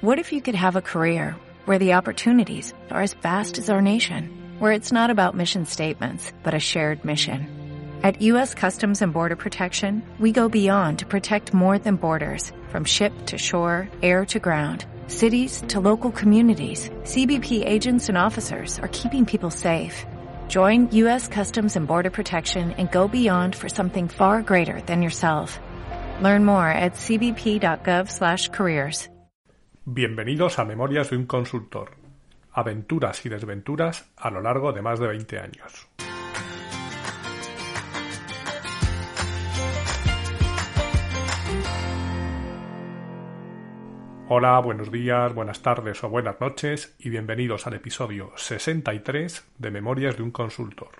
What if you could have a career where the opportunities are as vast as our nation, where it's not about mission statements, but a shared mission? At U.S. Customs and Border Protection, we go beyond to protect more than borders, from ship to shore, air to ground, cities to local communities. CBP agents and officers are keeping people safe. Join U.S. Customs and Border Protection and go beyond for something far greater than yourself. Learn more at cbp.gov/careers. Bienvenidos a Memorias de un Consultor. Aventuras y desventuras a lo largo de más de 20 años. Hola, buenos días, buenas tardes o buenas noches y bienvenidos al episodio 63 de Memorias de un Consultor.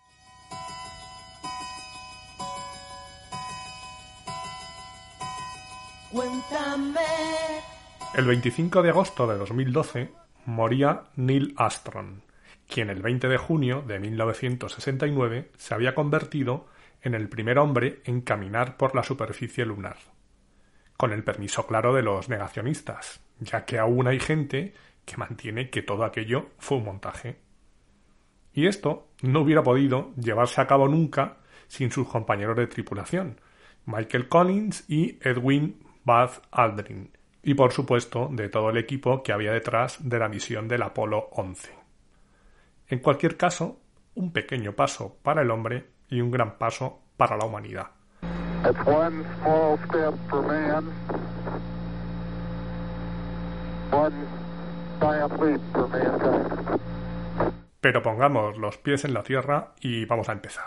Cuéntame. El 25 de agosto de 2012 moría Neil Armstrong, quien el 20 de junio de 1969 se había convertido en el primer hombre en caminar por la superficie lunar. Con el permiso claro de los negacionistas, ya que aún hay gente que mantiene que todo aquello fue un montaje. Y esto no hubiera podido llevarse a cabo nunca sin sus compañeros de tripulación, Michael Collins y Edwin Buzz Aldrin, y por supuesto de todo el equipo que había detrás de la misión del Apolo 11. En cualquier caso, un pequeño paso para el hombre y un gran paso para la humanidad. It's one small step for man, one giant leap for mankind. Pero pongamos los pies en la tierra y vamos a empezar.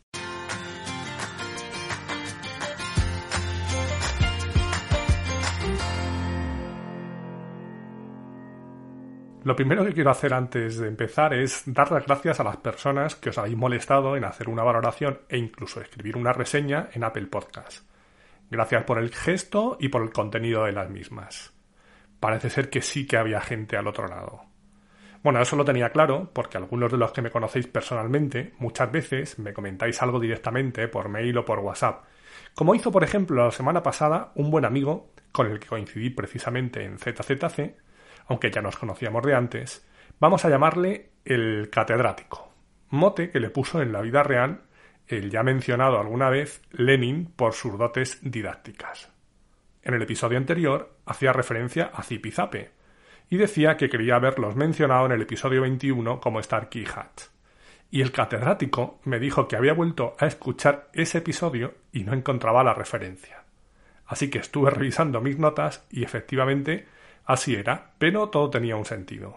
Lo primero que quiero hacer antes de empezar es dar las gracias a las personas que os habéis molestado en hacer una valoración e incluso escribir una reseña en Apple Podcast. Gracias por el gesto y por el contenido de las mismas. Parece ser que sí que había gente al otro lado. Bueno, eso lo tenía claro porque algunos de los que me conocéis personalmente muchas veces me comentáis algo directamente por mail o por WhatsApp, como hizo por ejemplo la semana pasada un buen amigo con el que coincidí precisamente en ZZC, aunque ya nos conocíamos de antes. Vamos a llamarle el catedrático, mote que le puso en la vida real el ya mencionado alguna vez Lenin por sus dotes didácticas. En el episodio anterior hacía referencia a Zipizape y decía que quería haberlos mencionado en el episodio 21 como Starkey Hatch. Y el catedrático me dijo que había vuelto a escuchar ese episodio y no encontraba la referencia. Así que estuve revisando mis notas y efectivamente así era, pero todo tenía un sentido.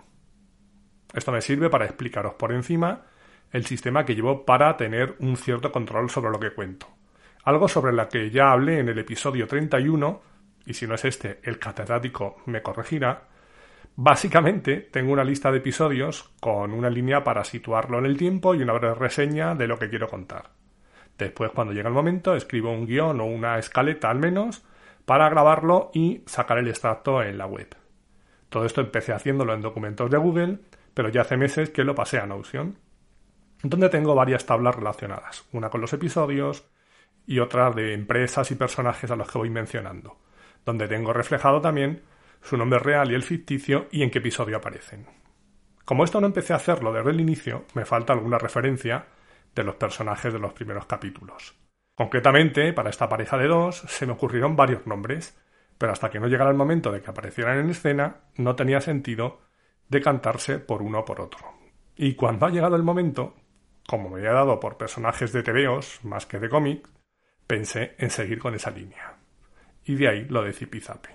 Esto me sirve para explicaros por encima el sistema que llevo para tener un cierto control sobre lo que cuento. Algo sobre lo que ya hablé en el episodio 31, y si no es este, el catedrático me corregirá. Básicamente tengo una lista de episodios con una línea para situarlo en el tiempo y una breve reseña de lo que quiero contar. Después, cuando llega el momento, escribo un guión o una escaleta al menos para grabarlo y sacar el extracto en la web. Todo esto empecé haciéndolo en documentos de Google, pero ya hace meses que lo pasé a Notion, donde tengo varias tablas relacionadas, una con los episodios y otra de empresas y personajes a los que voy mencionando, donde tengo reflejado también su nombre real y el ficticio y en qué episodio aparecen. Como esto no empecé a hacerlo desde el inicio, me falta alguna referencia de los personajes de los primeros capítulos. Concretamente, para esta pareja de dos, se me ocurrieron varios nombres, pero hasta que no llegara el momento de que aparecieran en escena, no tenía sentido decantarse por uno o por otro. Y cuando ha llegado el momento, como me había dado por personajes de tebeos más que de cómic, pensé en seguir con esa línea. Y de ahí lo de Zipizape.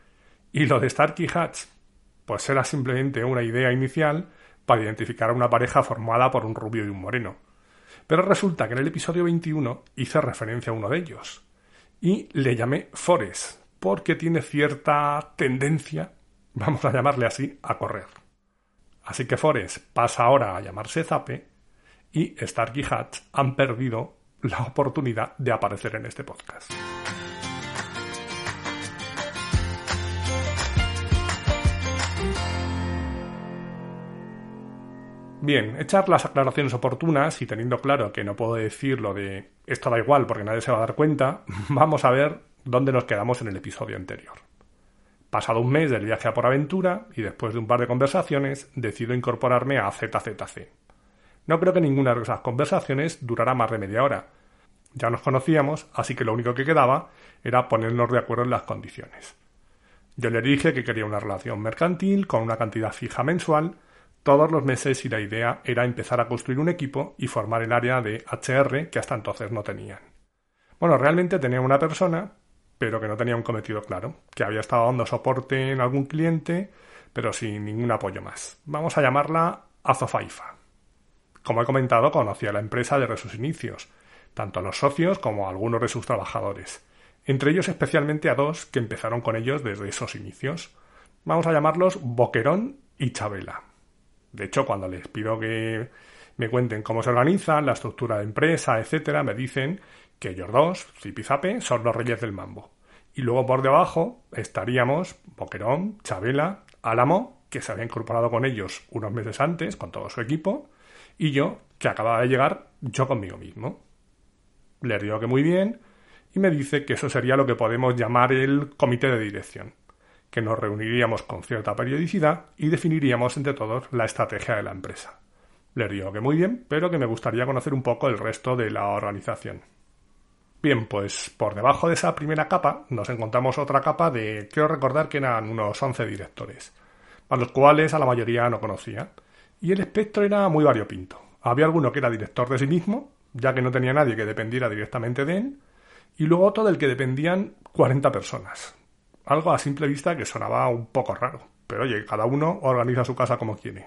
Y lo de Starkey Hatch, pues era simplemente una idea inicial para identificar a una pareja formada por un rubio y un moreno. Pero resulta que en el episodio 21 hice referencia a uno de ellos y le llamé Forrest porque tiene cierta tendencia, vamos a llamarle así, a correr. Así que Forrest pasa ahora a llamarse Zape y Starkey Hatch han perdido la oportunidad de aparecer en este podcast. Bien, hechas las aclaraciones oportunas y teniendo claro que no puedo decir lo de esto da igual porque nadie se va a dar cuenta, vamos a ver dónde nos quedamos en el episodio anterior. Pasado un mes del viaje a Por Aventura y después de un par de conversaciones, decido incorporarme a ZZC. No creo que ninguna de esas conversaciones durara más de media hora. Ya nos conocíamos, así que lo único que quedaba era ponernos de acuerdo en las condiciones. Yo le dije que quería una relación mercantil con una cantidad fija mensual todos los meses y la idea era empezar a construir un equipo y formar el área de HR que hasta entonces no tenían. Bueno, realmente tenía una persona, pero que no tenía un cometido claro, que había estado dando soporte en algún cliente, pero sin ningún apoyo más. Vamos a llamarla Azofaifa. Como he comentado, conocía la empresa desde sus inicios, tanto a los socios como a algunos de sus trabajadores, entre ellos especialmente a dos que empezaron con ellos desde esos inicios. Vamos a llamarlos Boquerón y Chabela. De hecho, cuando les pido que me cuenten cómo se organizan, la estructura de empresa, etcétera, me dicen que ellos dos, Zipizape, son los reyes del mambo. Y luego por debajo estaríamos Boquerón, Chabela, Álamo, que se había incorporado con ellos unos meses antes, con todo su equipo, y yo, que acababa de llegar yo conmigo mismo. Les digo que muy bien, y me dice que eso sería lo que podemos llamar el comité de dirección, que nos reuniríamos con cierta periodicidad y definiríamos entre todos la estrategia de la empresa. Les digo que muy bien, pero que me gustaría conocer un poco el resto de la organización. Bien, pues por debajo de esa primera capa nos encontramos otra capa de, quiero recordar que eran unos 11 directores, a los cuales a la mayoría no conocía, y el espectro era muy variopinto. Había alguno que era director de sí mismo, ya que no tenía nadie que dependiera directamente de él, y luego otro del que dependían 40 personas. Algo a simple vista que sonaba un poco raro, pero oye, cada uno organiza su casa como quiere.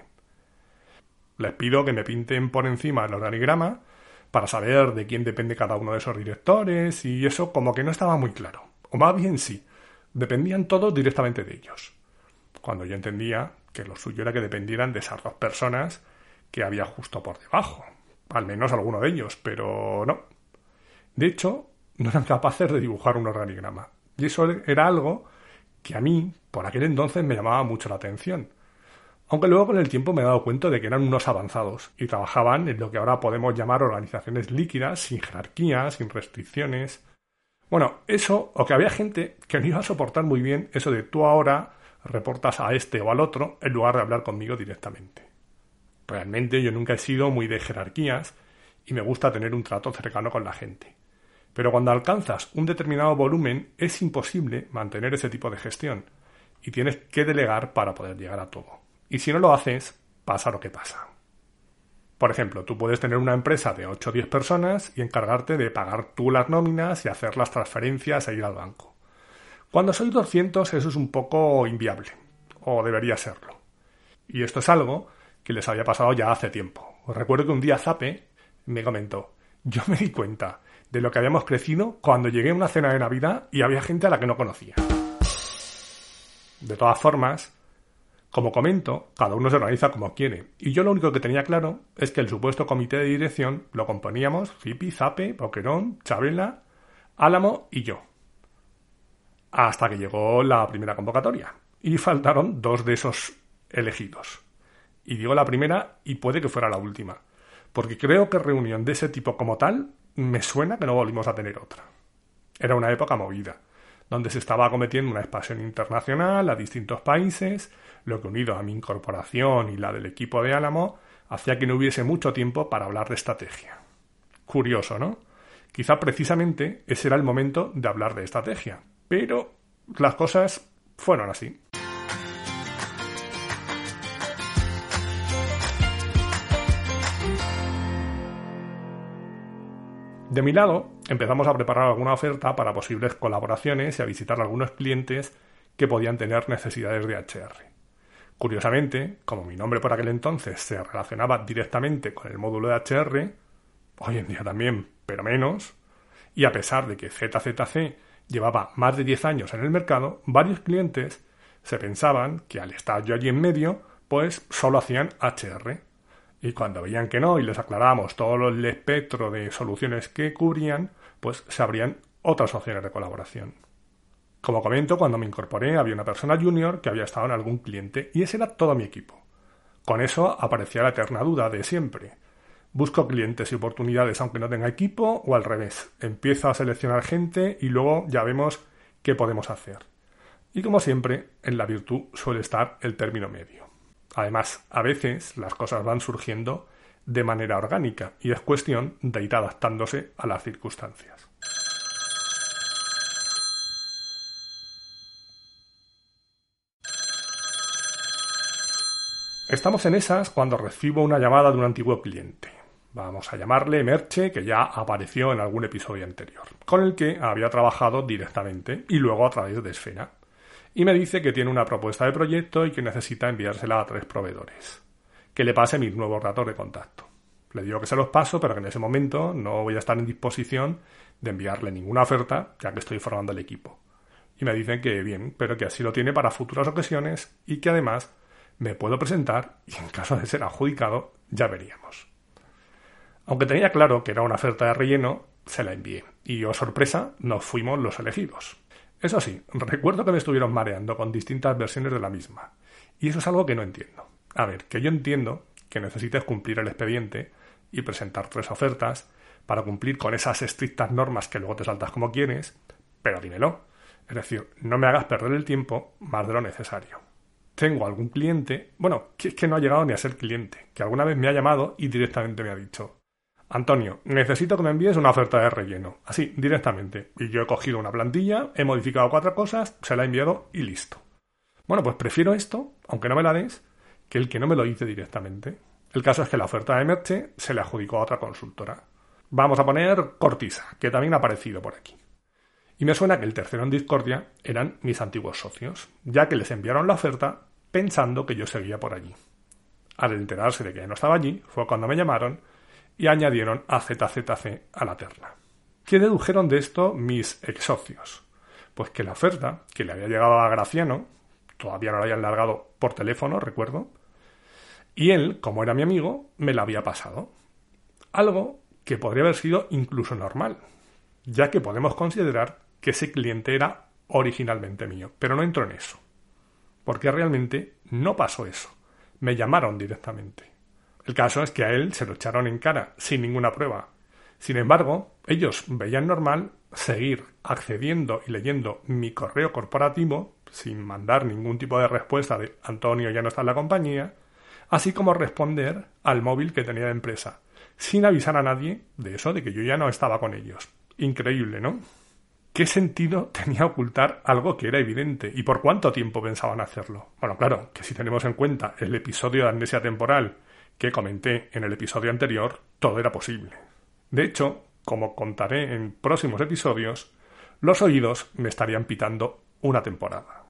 Les pido que me pinten por encima el organigrama para saber de quién depende cada uno de esos directores, y eso como que no estaba muy claro. O más bien sí, dependían todos directamente de ellos. Cuando yo entendía que lo suyo era que dependieran de esas dos personas que había justo por debajo. Al menos alguno de ellos, pero no. De hecho, no eran capaces de dibujar un organigrama. Y eso era algo que a mí, por aquel entonces, me llamaba mucho la atención. Aunque luego con el tiempo me he dado cuenta de que eran unos avanzados y trabajaban en lo que ahora podemos llamar organizaciones líquidas, sin jerarquía, sin restricciones. Bueno, eso, o que había gente que no iba a soportar muy bien eso de tú ahora reportas a este o al otro en lugar de hablar conmigo directamente. Realmente yo nunca he sido muy de jerarquías y me gusta tener un trato cercano con la gente. Pero cuando alcanzas un determinado volumen es imposible mantener ese tipo de gestión y tienes que delegar para poder llegar a todo. Y si no lo haces, pasa lo que pasa. Por ejemplo, tú puedes tener una empresa de 8 o 10 personas y encargarte de pagar tú las nóminas y hacer las transferencias e ir al banco. Cuando sois 200 eso es un poco inviable, o debería serlo. Y esto es algo que les había pasado ya hace tiempo. Os recuerdo que un día Zape me comentó, yo me di cuenta de lo que habíamos crecido cuando llegué a una cena de Navidad y había gente a la que no conocía. De todas formas, como comento, cada uno se organiza como quiere, y yo lo único que tenía claro es que el supuesto comité de dirección lo componíamos Zipi, Zape, Boquerón, Chabela, Álamo y yo. Hasta que llegó la primera convocatoria, y faltaron 2 de esos elegidos. Y digo la primera, y puede que fuera la última, porque creo que reunión de ese tipo como tal, me suena que no volvimos a tener otra. Era una época movida, donde se estaba acometiendo una expansión internacional a distintos países, lo que unido a mi incorporación y la del equipo de Álamo, hacía que no hubiese mucho tiempo para hablar de estrategia. Curioso, ¿no? Quizá precisamente ese era el momento de hablar de estrategia, pero las cosas fueron así. De mi lado, empezamos a preparar alguna oferta para posibles colaboraciones y a visitar a algunos clientes que podían tener necesidades de HR. Curiosamente, como mi nombre por aquel entonces se relacionaba directamente con el módulo de HR, hoy en día también, pero menos, y a pesar de que ZZC llevaba más de 10 años en el mercado, varios clientes se pensaban que al estar yo allí en medio, pues solo hacían HR. Y cuando veían que no y les aclarábamos todo el espectro de soluciones que cubrían, pues se abrían otras opciones de colaboración. Como comento, cuando me incorporé había una persona junior que había estado en algún cliente y ese era todo mi equipo. Con eso aparecía la eterna duda de siempre. ¿Busco clientes y oportunidades aunque no tenga equipo o al revés? Empiezo a seleccionar gente y luego ya vemos qué podemos hacer. Y como siempre, en la virtud suele estar el término medio. Además, a veces las cosas van surgiendo de manera orgánica y es cuestión de ir adaptándose a las circunstancias. Estamos en esas cuando recibo una llamada de un antiguo cliente. Vamos a llamarle Merche, que ya apareció en algún episodio anterior, con el que había trabajado directamente y luego a través de Esfera. Y me dice que tiene una propuesta de proyecto y que necesita enviársela a 3 proveedores. Que le pase mis nuevos datos de contacto. Le digo que se los paso, pero que en ese momento no voy a estar en disposición de enviarle ninguna oferta, ya que estoy formando el equipo. Y me dicen que bien, pero que así lo tiene para futuras ocasiones y que además me puedo presentar y en caso de ser adjudicado ya veríamos. Aunque tenía claro que era una oferta de relleno, se la envié. Y, oh sorpresa, no fuimos los elegidos. Eso sí, recuerdo que me estuvieron mareando con distintas versiones de la misma. Y eso es algo que no entiendo. A ver, que yo entiendo que necesites cumplir el expediente y presentar 3 ofertas para cumplir con esas estrictas normas que luego te saltas como quieres, pero dímelo. Es decir, no me hagas perder el tiempo más de lo necesario. Tengo algún cliente, bueno, que es que no ha llegado ni a ser cliente, que alguna vez me ha llamado y directamente me ha dicho: Antonio, necesito que me envíes una oferta de relleno. Así, directamente. Y yo he cogido una plantilla, he modificado 4 cosas, se la he enviado y listo. Bueno, pues prefiero esto, aunque no me la des, que el que no me lo hice directamente. El caso es que la oferta de Merche se le adjudicó a otra consultora. Vamos a poner Cortisa, que también ha aparecido por aquí. Y me suena que el tercero en discordia eran mis antiguos socios, ya que les enviaron la oferta pensando que yo seguía por allí. Al enterarse de que ya no estaba allí, fue cuando me llamaron y añadieron a ZZC a la terna. ¿Qué dedujeron de esto mis ex socios? Pues que la oferta que le había llegado a Graciano, todavía no la habían largado por teléfono, recuerdo, y él, como era mi amigo, me la había pasado. Algo que podría haber sido incluso normal, ya que podemos considerar que ese cliente era originalmente mío, pero no entro en eso, porque realmente no pasó eso. Me llamaron directamente. El caso es que a él se lo echaron en cara, sin ninguna prueba. Sin embargo, ellos veían normal seguir accediendo y leyendo mi correo corporativo, sin mandar ningún tipo de respuesta de Antonio ya no está en la compañía, así como responder al móvil que tenía de empresa, sin avisar a nadie de eso, de que yo ya no estaba con ellos. Increíble, ¿no? ¿Qué sentido tenía ocultar algo que era evidente? ¿Y por cuánto tiempo pensaban hacerlo? Bueno, claro, que si tenemos en cuenta el episodio de amnesia temporal que comenté en el episodio anterior, todo era posible. De hecho, como contaré en próximos episodios, los oídos me estarían pitando una temporada.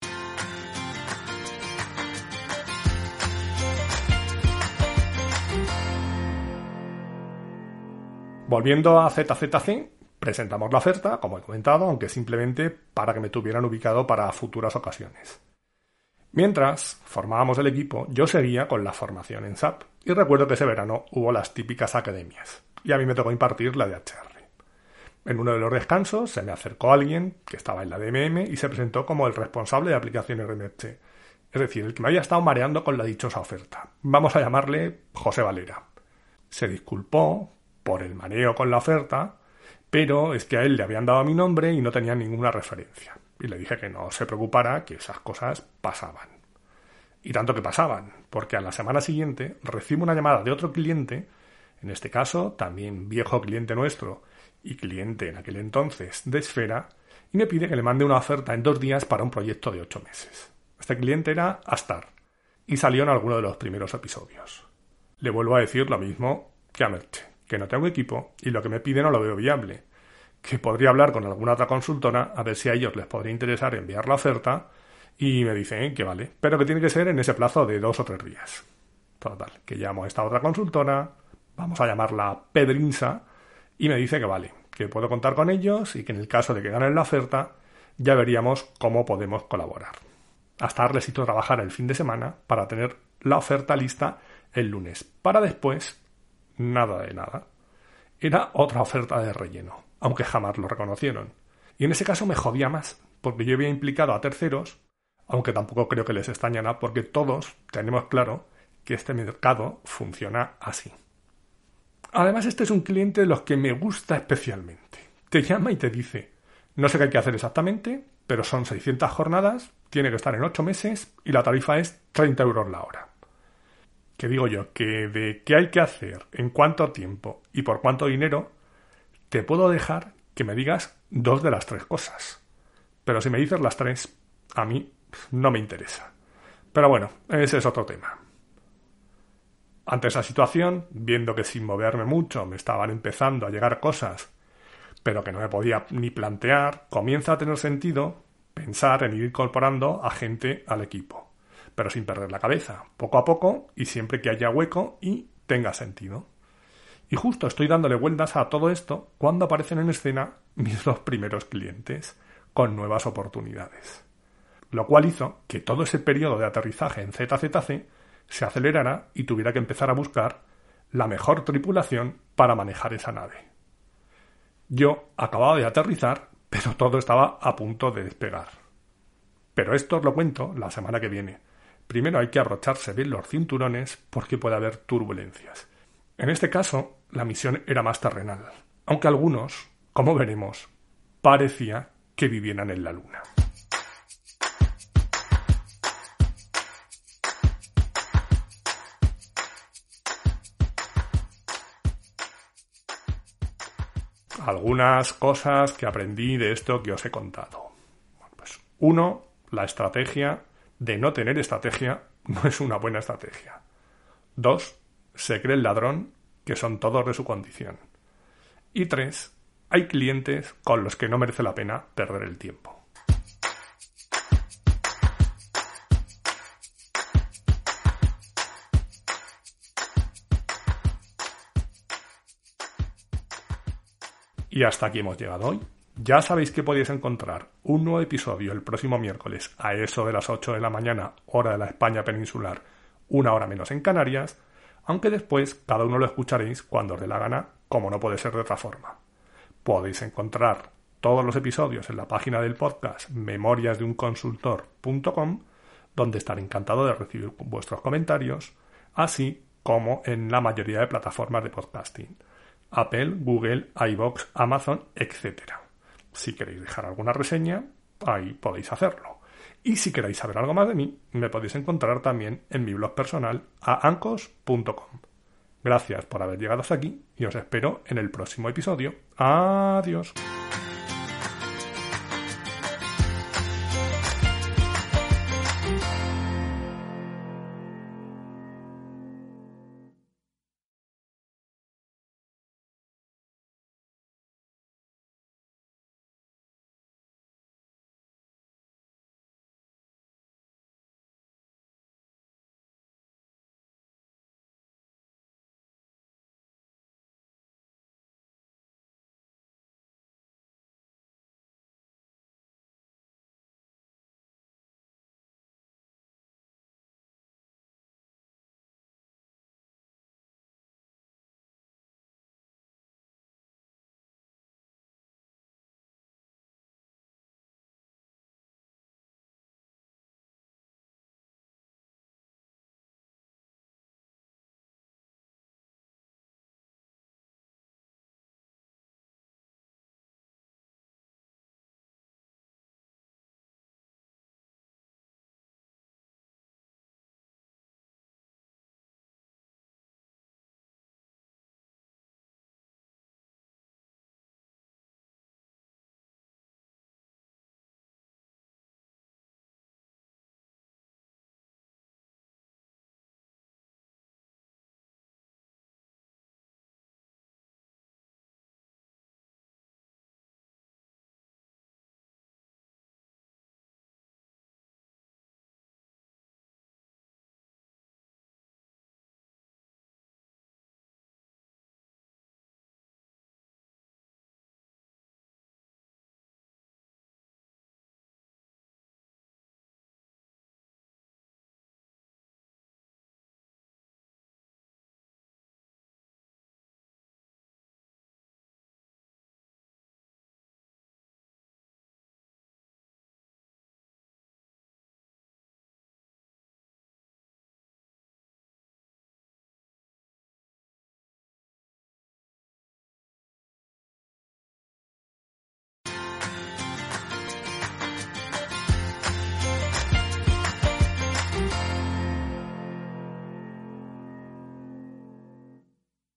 Volviendo a ZZC, presentamos la oferta, como he comentado, aunque simplemente para que me tuvieran ubicado para futuras ocasiones. Mientras formábamos el equipo, yo seguía con la formación en SAP, y recuerdo que ese verano hubo las típicas academias, y a mí me tocó impartir la de HR. En uno de los descansos se me acercó alguien que estaba en la DMM y se presentó como el responsable de aplicaciones de Merche, es decir, el que me había estado mareando con la dichosa oferta. Vamos a llamarle José Valera. Se disculpó por el mareo con la oferta, pero es que a él le habían dado mi nombre y no tenía ninguna referencia. Y le dije que no se preocupara, que esas cosas pasaban. Y tanto que pasaban, porque a la semana siguiente recibo una llamada de otro cliente, en este caso también viejo cliente nuestro y cliente en aquel entonces de Esfera, y me pide que le mande una oferta en 2 días para un proyecto de 8 meses. Este cliente era Astar, y salió en alguno de los primeros episodios. Le vuelvo a decir lo mismo que a Merche, que no tengo equipo y lo que me pide no lo veo viable, que podría hablar con alguna otra consultora a ver si a ellos les podría interesar enviar la oferta, y me dicen que vale, pero que tiene que ser en ese plazo de 2 o 3 días. Total, que llamo a esta otra consultora, vamos a llamarla Pedrinsa, y me dice que vale, que puedo contar con ellos y que en el caso de que ganen la oferta ya veríamos cómo podemos colaborar. Hasta les hizo trabajar el fin de semana para tener la oferta lista el lunes, para después nada de nada. Era otra oferta de relleno, aunque jamás lo reconocieron. Y en ese caso me jodía más, porque yo había implicado a terceros, aunque tampoco creo que les extrañara, porque todos tenemos claro que este mercado funciona así. Además, este es un cliente de los que me gusta especialmente. Te llama y te dice: no sé qué hay que hacer exactamente, pero son 600 jornadas, tiene que estar en 8 meses y la tarifa es 30 euros la hora. Que digo yo, que de qué hay que hacer, en cuánto tiempo y por cuánto dinero, te puedo dejar que me digas 2 de las 3 cosas. Pero si me dices las 3, a mí no me interesa. Pero bueno, ese es otro tema. Ante esa situación, viendo que sin moverme mucho me estaban empezando a llegar cosas, pero que no me podía ni plantear, comienza a tener sentido pensar en ir incorporando a gente al equipo, pero sin perder la cabeza, poco a poco y siempre que haya hueco y tenga sentido. Y justo estoy dándole vueltas a todo esto cuando aparecen en escena mis 2 primeros clientes con nuevas oportunidades. Lo cual hizo que todo ese periodo de aterrizaje en ZZC se acelerara y tuviera que empezar a buscar la mejor tripulación para manejar esa nave. Yo acababa de aterrizar, pero todo estaba a punto de despegar. Pero esto os lo cuento la semana que viene. Primero hay que abrocharse bien los cinturones porque puede haber turbulencias. En este caso, la misión era más terrenal, aunque algunos, como veremos, parecía que vivieran en la Luna. Algunas cosas que aprendí de esto que os he contado. Pues 1, la estrategia de no tener estrategia no es una buena estrategia. 2, se cree el ladrón que son todos de su condición. Y 3, hay clientes con los que no merece la pena perder el tiempo. Y hasta aquí hemos llegado hoy. Ya sabéis que podéis encontrar un nuevo episodio el próximo miércoles a eso de las 8 de la mañana, hora de la España peninsular, 1 hora menos en Canarias, aunque después cada uno lo escucharéis cuando os dé la gana, como no puede ser de otra forma. Podéis encontrar todos los episodios en la página del podcast memoriasdeunconsultor.com, donde estaré encantado de recibir vuestros comentarios, así como en la mayoría de plataformas de podcasting. Apple, Google, iVoox, Amazon, etc. Si queréis dejar alguna reseña, ahí podéis hacerlo. Y si queréis saber algo más de mí, me podéis encontrar también en mi blog personal aancos.com. Gracias por haber llegado hasta aquí y os espero en el próximo episodio. Adiós.